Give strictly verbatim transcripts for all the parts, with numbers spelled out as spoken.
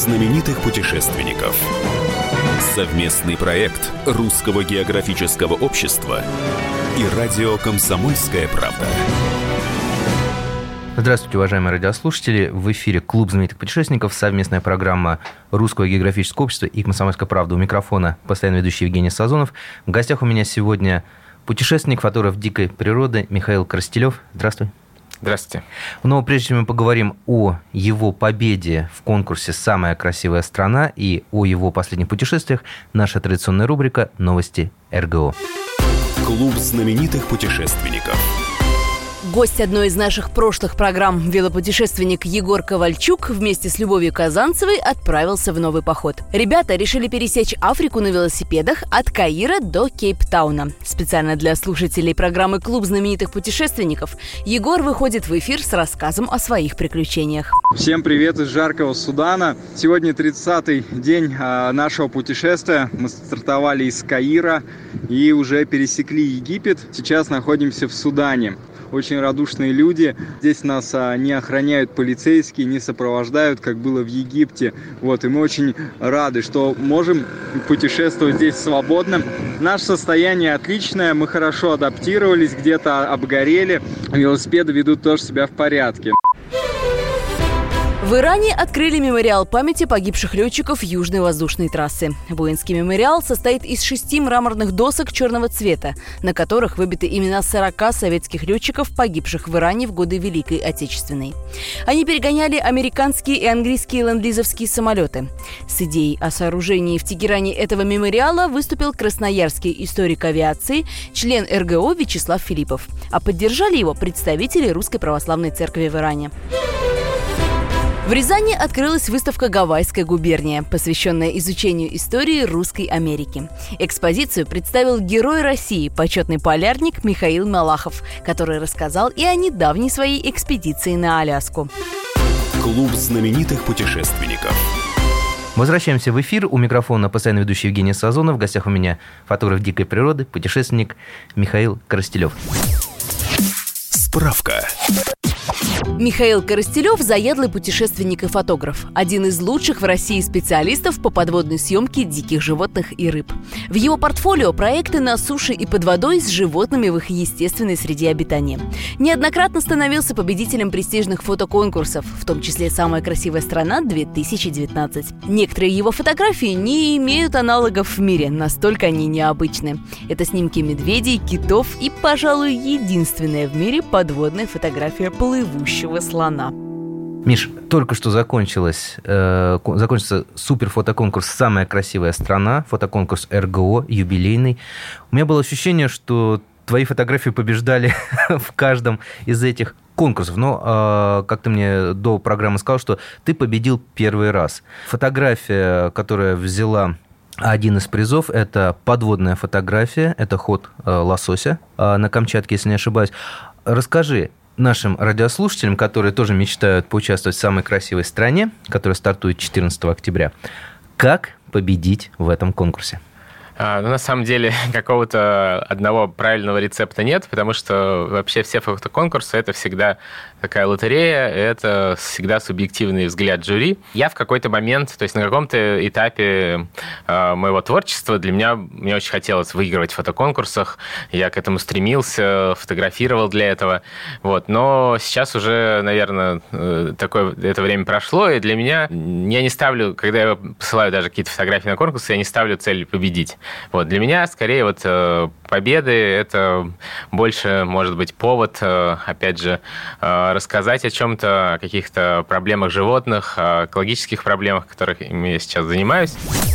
знаменитых путешественников. Совместный проект Русского географического общества и радио «Комсомольская правда». Здравствуйте, уважаемые радиослушатели. В эфире «Клуб знаменитых путешественников», совместная программа Русского географического общества и «Комсомольская правда». У микрофона постоянно ведущий Евгений Сазонов. В гостях у меня сегодня путешественник, фотограф дикой природы Михаил Коростелев. Здравствуй. Здравствуйте. Но прежде чем мы поговорим о его победе в конкурсе «Самая красивая страна» и о его последних путешествиях, наша традиционная рубрика «Новости эр гэ о». Клуб знаменитых путешественников. Гость одной из наших прошлых программ, велопутешественник Егор Ковальчук, вместе с Любовью Казанцевой отправился в новый поход. Ребята решили пересечь Африку на велосипедах от Каира до Кейптауна. Специально для слушателей программы «Клуб знаменитых путешественников» Егор выходит в эфир с рассказом о своих приключениях. Всем привет из жаркого Судана. Сегодня тридцатый день нашего путешествия. Мы стартовали из Каира и уже пересекли Египет. Сейчас находимся в Судане. Очень радушные люди. Здесь нас а, не охраняют полицейские, не сопровождают, как было в Египте. Вот, и мы очень рады, что можем путешествовать здесь свободно. Наше состояние отличное, мы хорошо адаптировались, где-то обгорели. Велосипеды ведут тоже себя в порядке. В Иране открыли мемориал памяти погибших летчиков Южной воздушной трассы. Воинский мемориал состоит из шести мраморных досок черного цвета, на которых выбиты имена сорока советских летчиков, погибших в Иране в годы Великой Отечественной. Они перегоняли американские и английские ленд-лизовские самолеты. С идеей о сооружении в Тегеране этого мемориала выступил красноярский историк авиации, член эр гэ о Вячеслав Филиппов. А поддержали его представители Русской Православной Церкви в Иране. В Рязани открылась выставка «Гавайская губерния», посвященная изучению истории Русской Америки. Экспозицию представил герой России, почетный полярник Михаил Малахов, который рассказал и о недавней своей экспедиции на Аляску. Клуб знаменитых путешественников. Возвращаемся в эфир. У микрофона постоянно ведущий Евгений Сазонов. В гостях у меня фотограф дикой природы, путешественник Михаил Коростелев. Справка. Михаил Коростелев – заядлый путешественник и фотограф. Один из лучших в России специалистов по подводной съемке диких животных и рыб. В его портфолио проекты на суше и под водой с животными в их естественной среде обитания. Неоднократно становился победителем престижных фотоконкурсов, в том числе «Самая красивая страна-две тысячи девятнадцать». Некоторые его фотографии не имеют аналогов в мире, настолько они необычны. Это снимки медведей, китов и, пожалуй, единственная в мире подводная фотография плывущего слона. Миш, только что закончилась, э, закончился суперфотоконкурс «Самая красивая страна», фотоконкурс эр гэ о, юбилейный. У меня было ощущение, что твои фотографии побеждали в каждом из этих конкурсов. Но, э, как ты мне до программы сказал, что ты победил первый раз. Фотография, которая взяла один из призов, это подводная фотография, это ход э, лосося э, на Камчатке, если не ошибаюсь. Расскажи нашим радиослушателям, которые тоже мечтают поучаствовать в самой красивой стране, которая стартует четырнадцатого октября, как победить в этом конкурсе? А, ну, на самом деле, какого-то одного правильного рецепта нет, потому что вообще все фотоконкурсы – это всегда такая лотерея, это всегда субъективный взгляд жюри. Я в какой-то момент, то есть на каком-то этапе э, моего творчества для меня, мне очень хотелось выигрывать в фотоконкурсах, я к этому стремился, фотографировал для этого, вот. Но сейчас уже, наверное, такое, это время прошло, и для меня, я не ставлю, когда я посылаю даже какие-то фотографии на конкурс, я не ставлю цель победить. Вот. Для меня, скорее, вот э, победы – это больше, может быть, повод, э, опять же, э, рассказать о чем-то, о каких-то проблемах животных, о экологических проблемах, которыми я сейчас занимаюсь.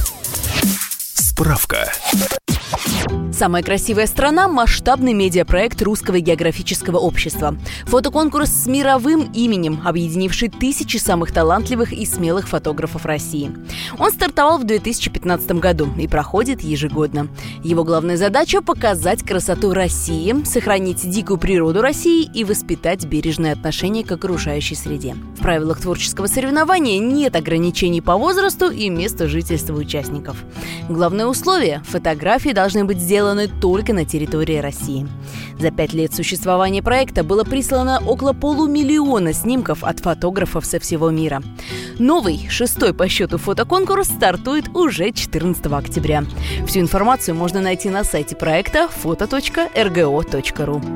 Справка. «Самая красивая страна» – масштабный медиапроект Русского географического общества. Фотоконкурс с мировым именем, объединивший тысячи самых талантливых и смелых фотографов России. Он стартовал в две тысячи пятнадцатом году и проходит ежегодно. Его главная задача – показать красоту России, сохранить дикую природу России и воспитать бережное отношение к окружающей среде. В правилах творческого соревнования нет ограничений по возрасту и месту жительства участников. Главное условие – фотографии должны должны быть сделаны только на территории России. За пять лет существования проекта было прислано около полумиллиона снимков от фотографов со всего мира. Новый, шестой по счету фотоконкурс стартует уже четырнадцатого октября. Всю информацию можно найти на сайте проекта фото точка эр гэ о точка ру.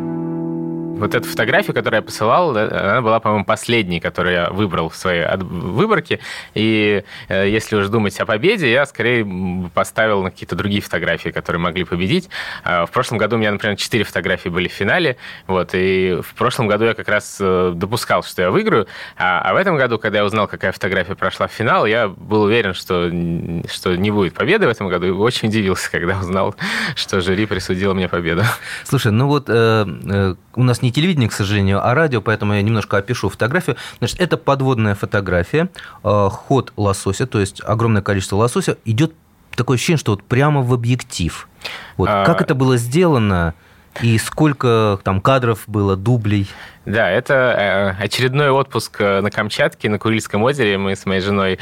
Вот эту фотографию, которую я посылал, она была, по-моему, последней, которую я выбрал в своей выборке. И э, если уж думать о победе, я скорее поставил на какие-то другие фотографии, которые могли победить. А в прошлом году у меня, например, четыре фотографии были в финале. Вот, и в прошлом году я как раз допускал, что я выиграю. А, а в этом году, когда я узнал, какая фотография прошла в финал, я был уверен, что, что не будет победы в этом году. И очень удивился, когда узнал, что жюри присудило мне победу. Слушай, ну вот э, э, у нас не телевидение, к сожалению, а радио, поэтому я немножко опишу фотографию. Значит, это подводная фотография, э, ход лосося, то есть огромное количество лосося. Идет такое ощущение, что вот прямо в объектив. Вот. А... Как это было сделано и сколько там кадров было, дублей? Да, это очередной отпуск на Камчатке, на Курильском озере. Мы с моей женой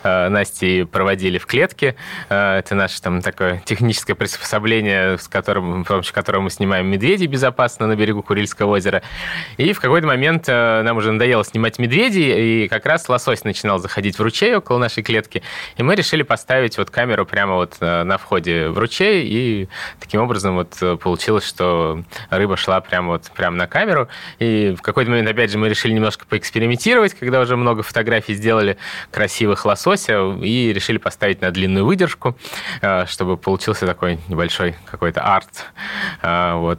Настей проводили в клетке. Это наше там такое техническое приспособление, с которым, с помощью которого мы снимаем медведей безопасно на берегу Курильского озера. И в какой-то момент нам уже надоело снимать медведей, и как раз лосось начинал заходить в ручей около нашей клетки. И мы решили поставить вот камеру прямо вот на входе в ручей, и таким образом вот получилось, что рыба шла прямо вот прямо на камеру. И в какой-то момент, опять же, мы решили немножко поэкспериментировать, когда уже много фотографий сделали красивых лосося, и решили поставить на длинную выдержку, чтобы получился такой небольшой какой-то арт. Вот.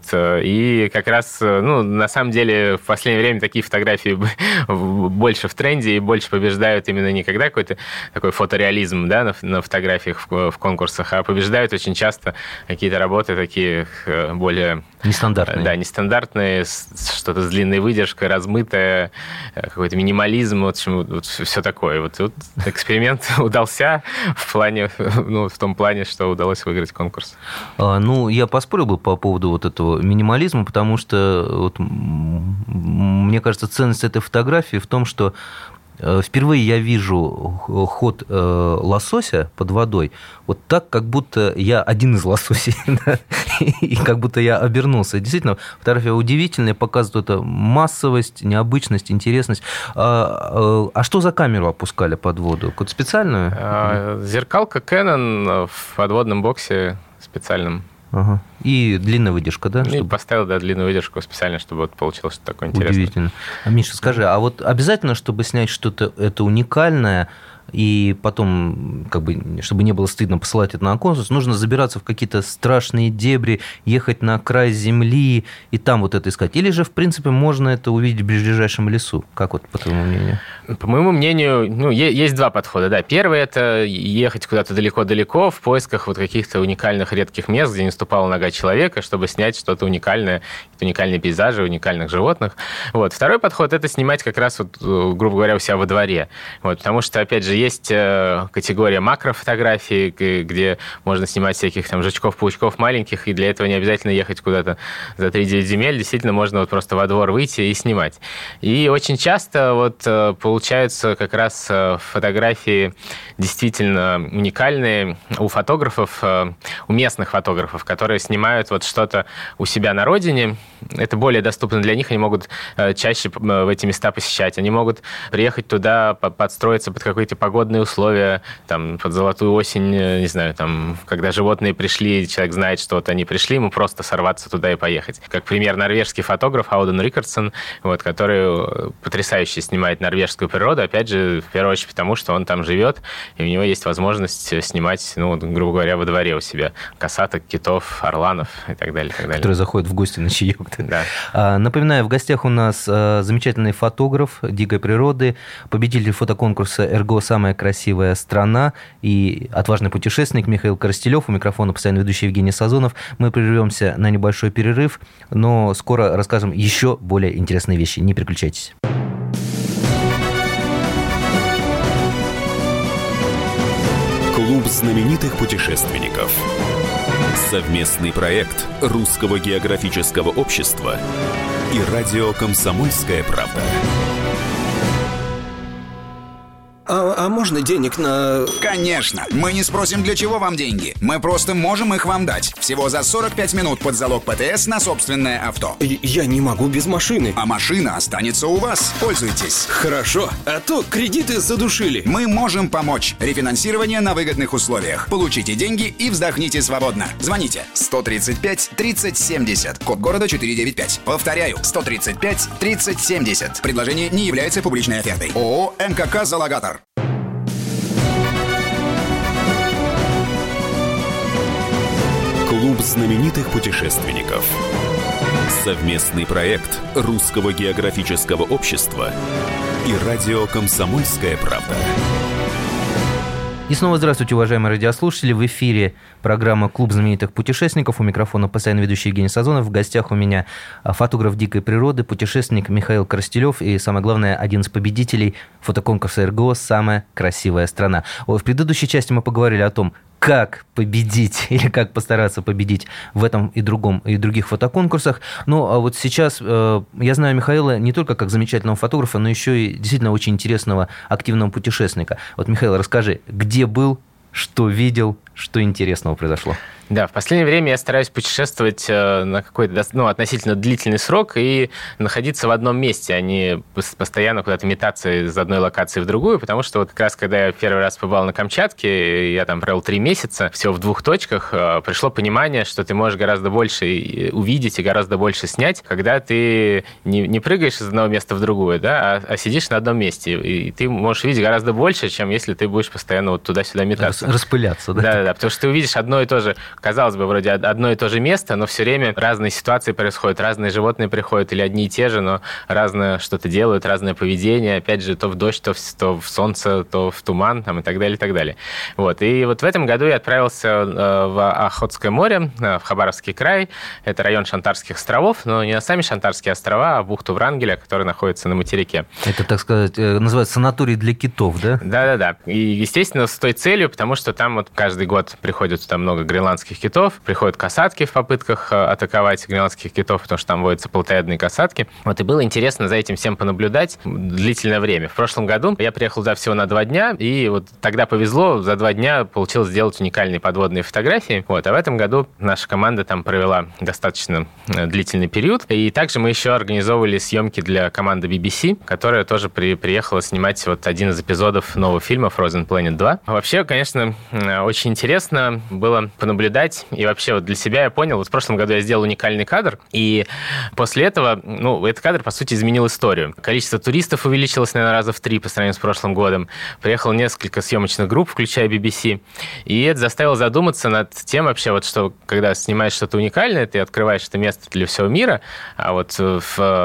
И как раз, ну, на самом деле, в последнее время такие фотографии больше в тренде и больше побеждают именно не когда какой-то такой фотореализм, да, на, на фотографиях в, в конкурсах, а побеждают очень часто какие-то работы такие более... Нестандартные. Да, нестандартные, что-то с длинной выдержкой, размытое, какой-то минимализм, в общем, вот все такое. Вот, вот эксперимент удался в плане, ну, в том плане, что удалось выиграть конкурс. А, ну, я поспорил бы по поводу вот этого минимализма, потому что вот, мне кажется, ценность этой фотографии в том, что впервые я вижу ход лосося под водой вот так, как будто я один из лососей, да? И как будто я обернулся. Действительно, фотография удивительная, показывает эту массовость, необычность, интересность. А, а что за камеру опускали под воду? Какую-то специальную? Зеркалка Canon в подводном боксе специальном. Ага. И длинная выдержка, да? И чтобы... поставил, да, длинную выдержку специально, чтобы вот получилось что-то такое интересное. Удивительно. А, Миша, скажи, а вот обязательно, чтобы снять что-то это уникальное, и потом, как бы, чтобы не было стыдно посылать это на конкурс, нужно забираться в какие-то страшные дебри, ехать на край земли и там вот это искать? Или же, в принципе, можно это увидеть в ближайшем лесу? Как вот, по твоему мнению? По моему мнению, ну, есть два подхода. Да. Первый – это ехать куда-то далеко-далеко в поисках вот каких-то уникальных редких мест, где не ступала нога человека, чтобы снять что-то уникальное, уникальные пейзажи, уникальных животных. Вот. Второй подход – это снимать как раз, вот, грубо говоря, у себя во дворе. Вот. Потому что, опять же, есть категория макрофотографий, где можно снимать всяких там жучков, паучков маленьких, и для этого не обязательно ехать куда-то за три-девять земель. Действительно, можно вот просто во двор выйти и снимать. И очень часто вот получаются как раз фотографии действительно уникальные у фотографов, у местных фотографов, которые снимают вот что-то у себя на родине. Это более доступно для них, они могут чаще в эти места посещать. Они могут приехать туда, подстроиться под какие-то погодные условия, там, под золотую осень, не знаю, там, когда животные пришли, человек знает, что вот они пришли, ему просто сорваться туда и поехать. Как пример, норвежский фотограф Ауден Рикардсон, вот, который потрясающе снимает норвежскую природу, опять же, в первую очередь потому, что он там живет, и у него есть возможность снимать, ну, грубо говоря, во дворе у себя косаток, китов, орланов и так далее. Так далее. Которые заходят в гости на чаек. Да. Напоминаю, в гостях у нас замечательный фотограф дикой природы, победитель фотоконкурса эр гэ о «Самая красивая страна» и отважный путешественник Михаил Коростелев. У микрофона постоянно ведущий Евгений Сазонов. Мы прервемся на небольшой перерыв, но скоро расскажем еще более интересные вещи. Не переключайтесь. Клуб знаменитых путешественников. Совместный проект Русского географического общества и радио «Комсомольская правда». А, а можно денег на... Конечно. Мы не спросим, для чего вам деньги. Мы просто можем их вам дать. Всего за сорок пять минут под залог ПТС на собственное авто. Я не могу без машины. А машина останется у вас. Пользуйтесь. Хорошо. А то кредиты задушили. Мы можем помочь. Рефинансирование на выгодных условиях. Получите деньги и вздохните свободно. Звоните сто тридцать пять тридцать семьдесят. Код города четыреста девяносто пять. Повторяю. сто тридцать пять тридцать семьдесят. Предложение не является публичной офертой. ООО «МКК Залогатор». Клуб знаменитых путешественников. Совместный проект Русского географического общества и радио «Комсомольская правда». И снова здравствуйте, уважаемые радиослушатели. В эфире программа «Клуб знаменитых путешественников». У микрофона постоянно ведущий Евгений Сазонов. В гостях у меня фотограф дикой природы, путешественник Михаил Коростелев. И, самое главное, один из победителей фотоконкурса эр гэ о «Самая красивая страна». В предыдущей части мы поговорили о том, как победить или как постараться победить в этом и другом и других фотоконкурсах. Ну, а вот сейчас э, я знаю Михаила не только как замечательного фотографа, но еще и действительно очень интересного активного путешественника. Вот, Михаил, расскажи, где был, что видел, что интересного произошло? Да, в последнее время я стараюсь путешествовать на какой-то, ну, относительно длительный срок и находиться в одном месте, а не постоянно куда-то метаться из одной локации в другую, потому что вот как раз, когда я первый раз побывал на Камчатке, я там провел три месяца, всего в двух точках, пришло понимание, что ты можешь гораздо больше увидеть и гораздо больше снять, когда ты не, не прыгаешь из одного места в другое, да, а, а сидишь на одном месте, и ты можешь видеть гораздо больше, чем если ты будешь постоянно вот туда-сюда метаться. Распыляться, да? Да, да, потому что ты увидишь одно и то же, казалось бы, вроде одно и то же место, но все время разные ситуации происходят, разные животные приходят, или одни и те же, но разное что-то делают, разное поведение, опять же, то в дождь, то в, то в солнце, то в туман, там, и так далее, и так далее. Вот. И вот в этом году я отправился в Охотское море, в Хабаровский край, это район Шантарских островов, но не на сами Шантарские острова, а бухту Врангеля, которая находится на материке. Это, так сказать, называется санаторий для китов, да? Да-да-да. И, естественно, с той целью, потому что там вот каждый год приходит туда много гренландских китов, приходят касатки в попытках атаковать гренландских китов, потому что там водятся плотоядные касатки. Вот, и было интересно за этим всем понаблюдать длительное время. В прошлом году я приехал туда всего на два дня, и вот тогда повезло, за два дня получилось сделать уникальные подводные фотографии. Вот, а в этом году наша команда там провела достаточно длительный период. И также мы еще организовывали съемки для команды би би си, которая тоже при, приехала снимать вот один из эпизодов нового фильма Frozen Planet два. Вообще, конечно, очень интересно было понаблюдать. И вообще вот для себя я понял, вот в прошлом году я сделал уникальный кадр, и после этого, ну, этот кадр, по сути, изменил историю. Количество туристов увеличилось, наверное, раза в три по сравнению с прошлым годом. Приехало несколько съемочных групп, включая би би си, и это заставило задуматься над тем вообще, вот что, когда снимаешь что-то уникальное, ты открываешь это место для всего мира, а вот в,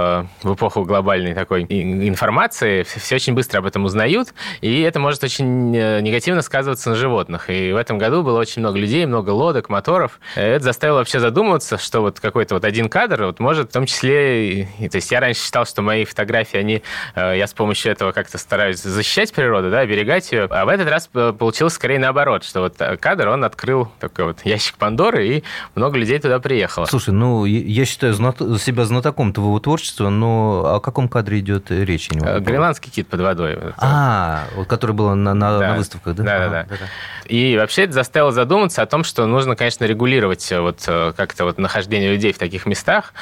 в эпоху глобальной такой информации все очень быстро об этом узнают, и это может очень негативно сказываться на животных. И в этом году было очень много людей, много лодок, моторов. Это заставило вообще задумываться, что вот какой-то вот один кадр вот может в том числе... И, то есть я раньше считал, что мои фотографии, они... Я с помощью этого как-то стараюсь защищать природу, да, оберегать ее. А в этот раз получилось скорее наоборот, что вот кадр, он открыл такой вот ящик Пандоры, и много людей туда приехало. Слушай, ну, я считаю знато... себя знатоком твоего творчества, но о каком кадре идет речь? Гренландский кит под водой. А, вот который был на, на, да. на выставках, да? Да, ага, да, да. И вообще это заставило задуматься о том, что нужно, конечно, регулировать вот как-то вот нахождение людей в таких местах.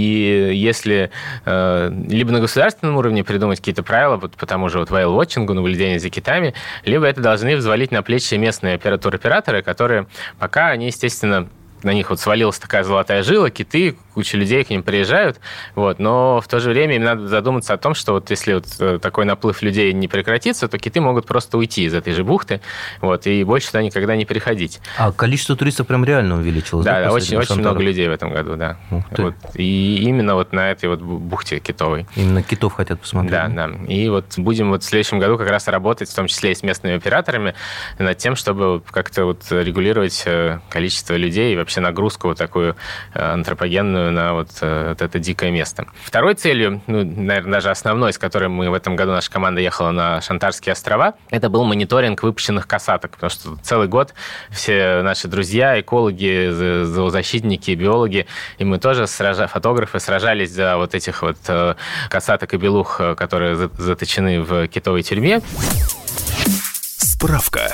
И если э, либо на государственном уровне придумать какие-то правила, вот по тому же вот whale-watching, наблюдение за китами, либо это должны взвалить на плечи местные туроператоры, которые пока они, естественно, на них вот свалилась такая золотая жила, киты, куча людей к ним приезжают, вот, но в то же время им надо задуматься о том, что вот если вот такой наплыв людей не прекратится, то киты могут просто уйти из этой же бухты, вот, и больше туда никогда не приходить. А количество туристов прям реально увеличилось? Да, да, очень, очень много людей в этом году, да. Вот, и именно вот на этой вот бухте китовой. Именно китов хотят посмотреть? Да, да. И вот будем вот в следующем году как раз работать, в том числе и с местными операторами, над тем, чтобы как-то вот регулировать количество людей и вообще нагрузку вот такую антропогенную на вот, вот это дикое место. Второй целью, ну, наверное, даже основной, с которой мы в этом году, наша команда ехала на Шантарские острова, это был мониторинг выпущенных касаток, потому что целый год все наши друзья, экологи, зоозащитники, биологи, и мы тоже, сража... фотографы, сражались за вот этих вот касаток и белух, которые заточены в китовой тюрьме. Справка.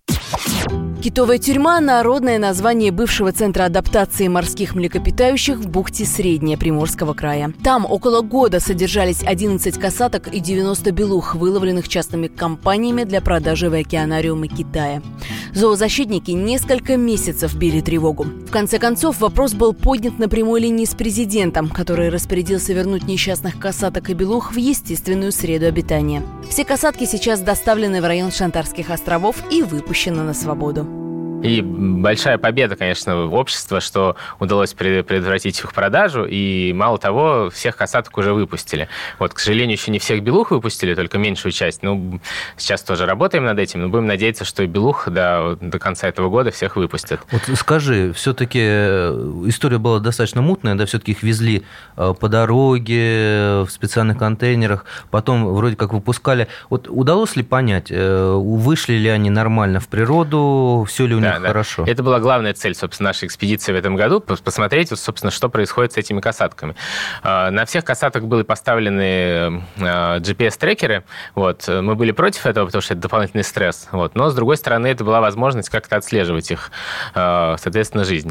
Китовая тюрьма – народное название бывшего центра адаптации морских млекопитающих в бухте Средняя Приморского края. Там около года содержались одиннадцать касаток и девяносто белух, выловленных частными компаниями для продажи в океанариумы Китая. Зоозащитники несколько месяцев били тревогу. В конце концов, вопрос был поднят на прямой линии с президентом, который распорядился вернуть несчастных касаток и белух в естественную среду обитания. Все касатки сейчас доставлены в район Шантарских островов и выпущены на свободу. И большая победа, конечно, общества, что удалось предотвратить их продажу, и мало того, всех касаток уже выпустили. Вот, к сожалению, еще не всех белух выпустили, только меньшую часть. Ну, сейчас тоже работаем над этим, но будем надеяться, что и белух до, до конца этого года всех выпустят. Вот скажи, все-таки история была достаточно мутная, да, все-таки их везли по дороге, в специальных контейнерах, потом вроде как выпускали. Вот удалось ли понять, вышли ли они нормально в природу, все ли у них Да, да. хорошо? Это была главная цель, собственно, нашей экспедиции в этом году, посмотреть, собственно, что происходит с этими касатками. На всех касаток были поставлены джи пи эс-трекеры. Вот. Мы были против этого, потому что это дополнительный стресс. Вот. Но, с другой стороны, это была возможность как-то отслеживать их, соответственно, жизнь.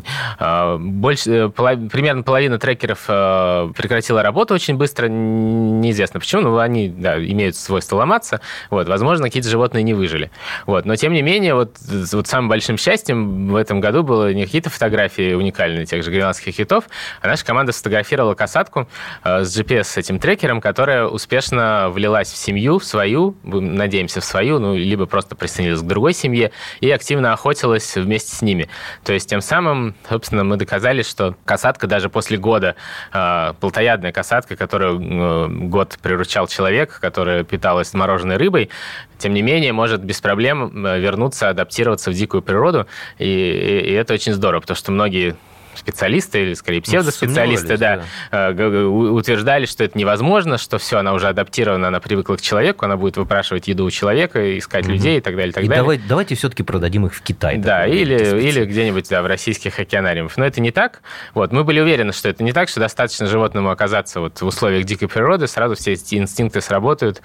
Больше, примерно половина трекеров прекратила работу очень быстро. Неизвестно почему, но они, да, имеют свойство ломаться. Вот. Возможно, какие-то животные не выжили. Вот. Но, тем не менее, вот, вот самым большим счастьем в этом году было не какие-то фотографии уникальные тех же гренландских китов, а наша команда сфотографировала касатку с джи пи эс, с этим трекером, которая успешно влилась в семью, в свою, надеемся, в свою, ну, либо просто присоединилась к другой семье и активно охотилась вместе с ними. То есть тем самым, собственно, мы доказали, что касатка даже после года, плотоядная касатка, которую год приручал человек, которая питалась мороженой рыбой, тем не менее, может без проблем вернуться, адаптироваться в дикую природу, и, и, и это очень здорово, потому что многие специалисты, или скорее псевдоспециалисты, да, да. утверждали, что это невозможно, что все, она уже адаптирована, она привыкла к человеку, она будет выпрашивать еду у человека, искать угу. людей и так далее. И так и далее. Давай, давайте все-таки продадим их в Китай. Да, такой, или, или где-нибудь да, в российских океанариумах. Но это не так. Вот. Мы были уверены, что это не так, что достаточно животному оказаться вот в условиях дикой природы, сразу все эти инстинкты сработают,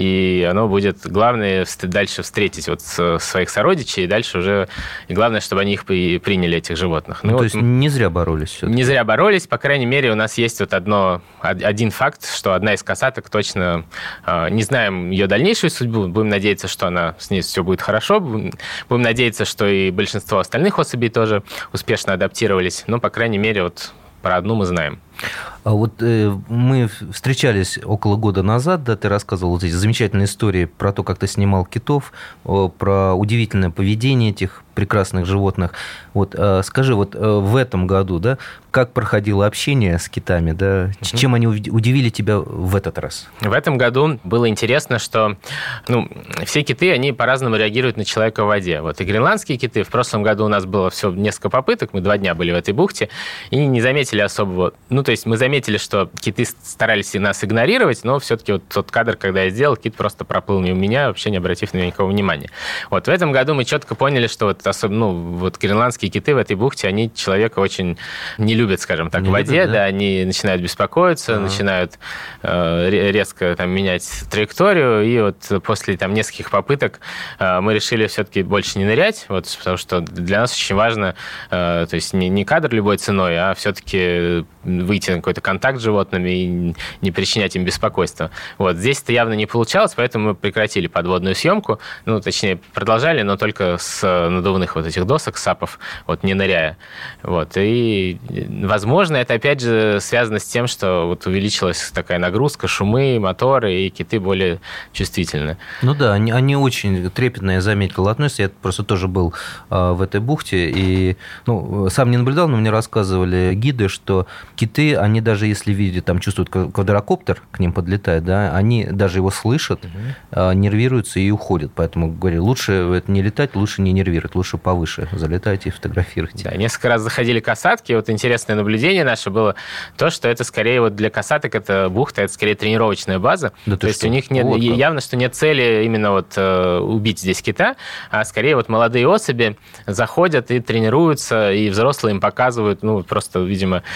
и оно будет, главное, дальше встретить вот своих сородичей, и дальше уже, и главное, чтобы они их приняли, этих животных. Ну, ну то вот, есть не зря боролись все-таки. Не зря боролись. По крайней мере, у нас есть вот одно, один факт, что одна из касаток точно... Не знаем ее дальнейшую судьбу. Будем надеяться, что она, с ней все будет хорошо. Будем надеяться, что и большинство остальных особей тоже успешно адаптировались. Но, по крайней мере, вот про одну мы знаем. А вот э, мы встречались около года назад, да, ты рассказывал вот эти замечательные истории про то, как ты снимал китов, э, про удивительное поведение этих прекрасных животных. Вот э, скажи, вот э, в этом году, да, как проходило общение с китами, да, mm-hmm. чем они удивили тебя в этот раз? В этом году было интересно, что, ну, все киты, они по-разному реагируют на человека в воде. Вот и гренландские киты, в прошлом году у нас было все несколько попыток, мы два дня были в этой бухте и не заметили особого, ну, то есть мы заметили, что киты старались нас игнорировать, но все-таки вот тот кадр, когда я сделал, кит просто проплыл мимо меня, вообще не обратив на меня никакого внимания. Вот в этом году мы четко поняли, что вот особенно, ну, вот гренландские киты в этой бухте, они человека очень не любят, скажем так, не в воде, любят, да? да, они начинают беспокоиться, А-а-а. начинают э, резко там менять траекторию, и вот после там нескольких попыток э, мы решили все-таки больше не нырять, вот, потому что для нас очень важно, э, то есть не, не кадр любой ценой, а все-таки выйти на какой-то контакт с животными и не причинять им беспокойства. Вот. Здесь это явно не получалось, поэтому мы прекратили подводную съемку, ну, точнее, продолжали, но только с надувных вот этих досок, сапов, вот, не ныряя. Вот. И, возможно, это, опять же, связано с тем, что вот увеличилась такая нагрузка, шумы, моторы, и киты более чувствительны. Ну да, они, они очень трепетно, я заметил, относятся. Я просто тоже был а, в этой бухте, и, ну, сам не наблюдал, но мне рассказывали гиды, что киты, они даже если видят, там, чувствуют, квадрокоптер к ним подлетает, да, они даже его слышат, угу. нервируются и уходят. Поэтому, говорю, лучше это не летать, лучше не нервировать, лучше повыше залетайте и фотографируйте. Да, несколько раз заходили касатки. Вот интересное наблюдение наше было то, что это скорее вот для касаток это бухта, это скорее тренировочная база. Да то есть что? У них нет, вот явно, что нет цели именно вот убить здесь кита, а скорее вот молодые особи заходят и тренируются, и взрослые им показывают, ну, просто, видимо, вот такой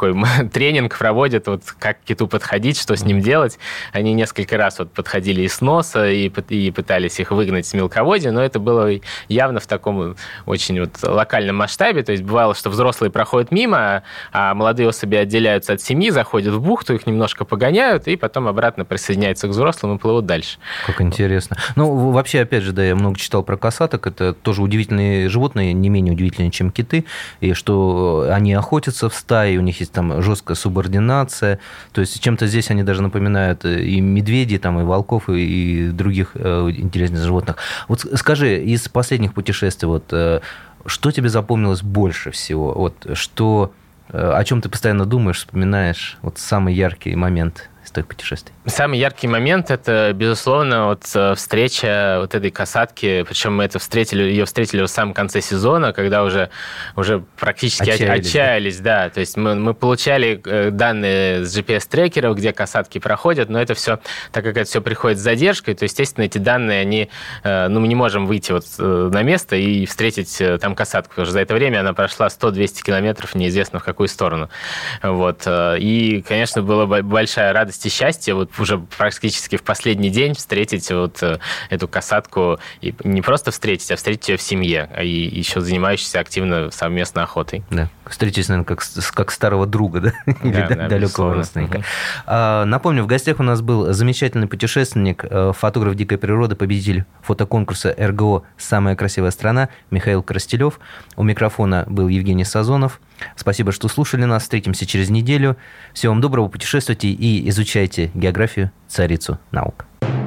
такой тренинг проводят, вот как к киту подходить, что с ним делать. Они несколько раз вот подходили из носа и, и пытались их выгнать с мелководья, но это было явно в таком очень вот локальном масштабе. То есть бывало, что взрослые проходят мимо, а молодые особи отделяются от семьи, заходят в бухту, их немножко погоняют, и потом обратно присоединяются к взрослым и плывут дальше. Как интересно. Ну, вообще, опять же, да, я много читал про косаток. Это тоже удивительные животные, не менее удивительные, чем киты, и что они охотятся в стае, у них есть там жесткая субординация. То есть чем-то здесь они даже напоминают и медведей, там, и волков, и, и других интересных животных. Вот скажи, из последних путешествий, вот, что тебе запомнилось больше всего? Вот, что, о чем ты постоянно думаешь, вспоминаешь? Вот самый яркий момент из твоих путешествий. Самый яркий момент – это, безусловно, вот встреча вот этой косатки. Причем мы это встретили, ее встретили в самом конце сезона, когда уже, уже практически отчаялись. отчаялись да. Да. То есть мы, мы получали данные с джи пи эс-трекеров, где косатки проходят, но это все, так как это все приходит с задержкой, то, естественно, эти данные, они, ну, мы не можем выйти вот на место и встретить там косатку, потому что за это время она прошла сто-двести километров, неизвестно в какую сторону. Вот. И, конечно, была большая радость и счастье вот уже практически в последний день встретить вот эту косатку, и не просто встретить, а встретить ее в семье, и еще занимающейся активно совместной охотой. Да, встретить, наверное, как, как старого друга, да? Или да, да, да, далекого родственника. Угу. А, напомню, в гостях у нас был замечательный путешественник, фотограф дикой природы, победитель фотоконкурса эр гэ о «Самая красивая страна» Михаил Коростелев. У микрофона был Евгений Сазонов. Спасибо, что слушали нас. Встретимся через неделю. Всего вам доброго, путешествуйте и изучайте географию, царицу наук.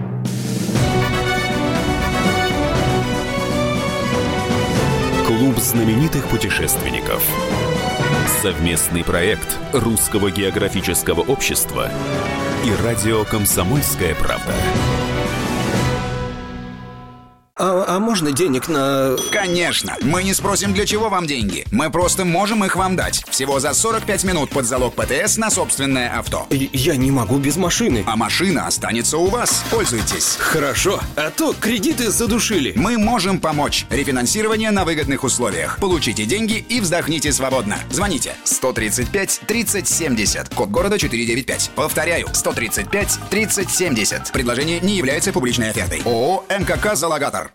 Клуб знаменитых путешественников. Совместный проект Русского географического общества и радио «Комсомольская правда». А, а можно денег на... Конечно. Мы не спросим, для чего вам деньги. Мы просто можем их вам дать. Всего за сорок пять минут под залог пэ тэ эс на собственное авто. Я не могу без машины. А машина останется у вас. Пользуйтесь. Хорошо. А то кредиты задушили. Мы можем помочь. Рефинансирование на выгодных условиях. Получите деньги и вздохните свободно. Звоните сто тридцать пять тридцать семьдесят. Код города четыре девять пять. Повторяю. сто тридцать пять тридцать семьдесят. Предложение не является публичной офертой. ООО «эн ка ка Залогатор».